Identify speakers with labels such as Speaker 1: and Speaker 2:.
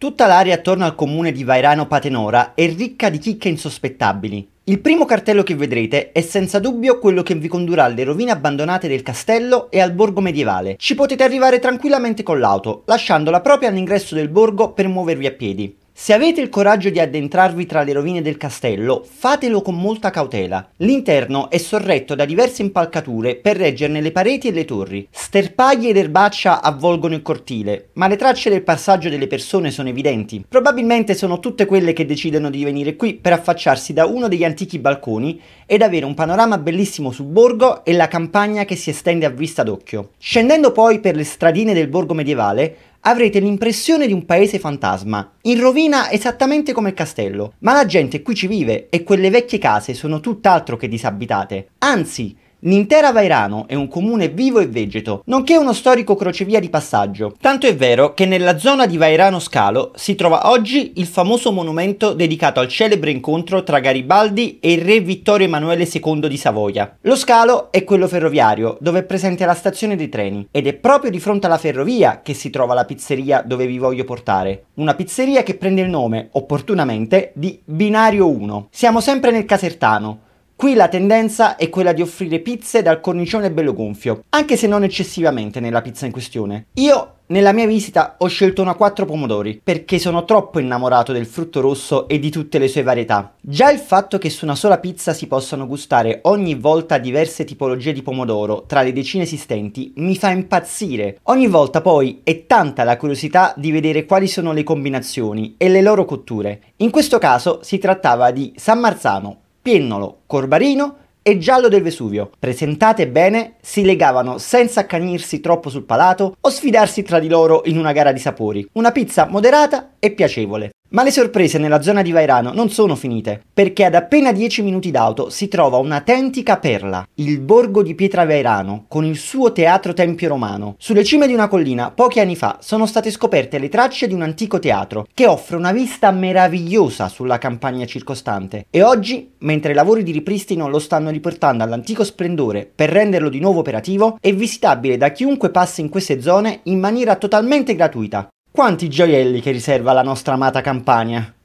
Speaker 1: Tutta l'area attorno al comune di Vairano Patenora è ricca di chicche insospettabili. Il primo cartello che vedrete è senza dubbio quello che vi condurrà alle rovine abbandonate del castello e al borgo medievale. Ci potete arrivare tranquillamente con l'auto, lasciandola proprio all'ingresso del borgo per muovervi a piedi. Se avete il coraggio di addentrarvi tra le rovine del castello, fatelo con molta cautela. L'interno è sorretto da diverse impalcature per reggerne le pareti e le torri. Sterpaglie ed erbaccia avvolgono il cortile, ma le tracce del passaggio delle persone sono evidenti. Probabilmente sono tutte quelle che decidono di venire qui per affacciarsi da uno degli antichi balconi ed avere un panorama bellissimo sul borgo e la campagna che si estende a vista d'occhio. Scendendo poi per le stradine del borgo medievale, avrete l'impressione di un paese fantasma, in rovina esattamente come il castello, ma la gente qui ci vive e quelle vecchie case sono tutt'altro che disabitate. Anzi, l'intera Vairano è un comune vivo e vegeto, nonché uno storico crocevia di passaggio. Tanto è vero che nella zona di Vairano Scalo si trova oggi il famoso monumento dedicato al celebre incontro tra Garibaldi e il re Vittorio Emanuele II di Savoia. Lo scalo è quello ferroviario, dove è presente la stazione dei treni, ed è proprio di fronte alla ferrovia che si trova la pizzeria dove vi voglio portare. Una pizzeria che prende il nome, opportunamente, di Binario 1. Siamo sempre nel Casertano. Qui la tendenza è quella di offrire pizze dal cornicione bello gonfio, anche se non eccessivamente nella pizza in questione. Io, nella mia visita, ho scelto una 4 pomodori, perché sono troppo innamorato del frutto rosso e di tutte le sue varietà. Già il fatto che su una sola pizza si possano gustare ogni volta diverse tipologie di pomodoro, tra le decine esistenti, mi fa impazzire. Ogni volta poi è tanta la curiosità di vedere quali sono le combinazioni e le loro cotture. In questo caso si trattava di San Marzano, Piennolo, Corbarino e Giallo del Vesuvio. Presentate bene, si legavano senza accanirsi troppo sul palato o sfidarsi tra di loro in una gara di sapori. Una pizza moderata e piacevole. Ma le sorprese nella zona di Vairano non sono finite, perché ad appena 10 minuti d'auto si trova un'autentica perla, il borgo di Pietravairano, con il suo teatro tempio romano. Sulle cime di una collina, pochi anni fa, sono state scoperte le tracce di un antico teatro, che offre una vista meravigliosa sulla campagna circostante. E oggi, mentre i lavori di ripristino lo stanno riportando all'antico splendore per renderlo di nuovo operativo, è visitabile da chiunque passi in queste zone in maniera totalmente gratuita. Quanti gioielli che riserva la nostra amata Campania!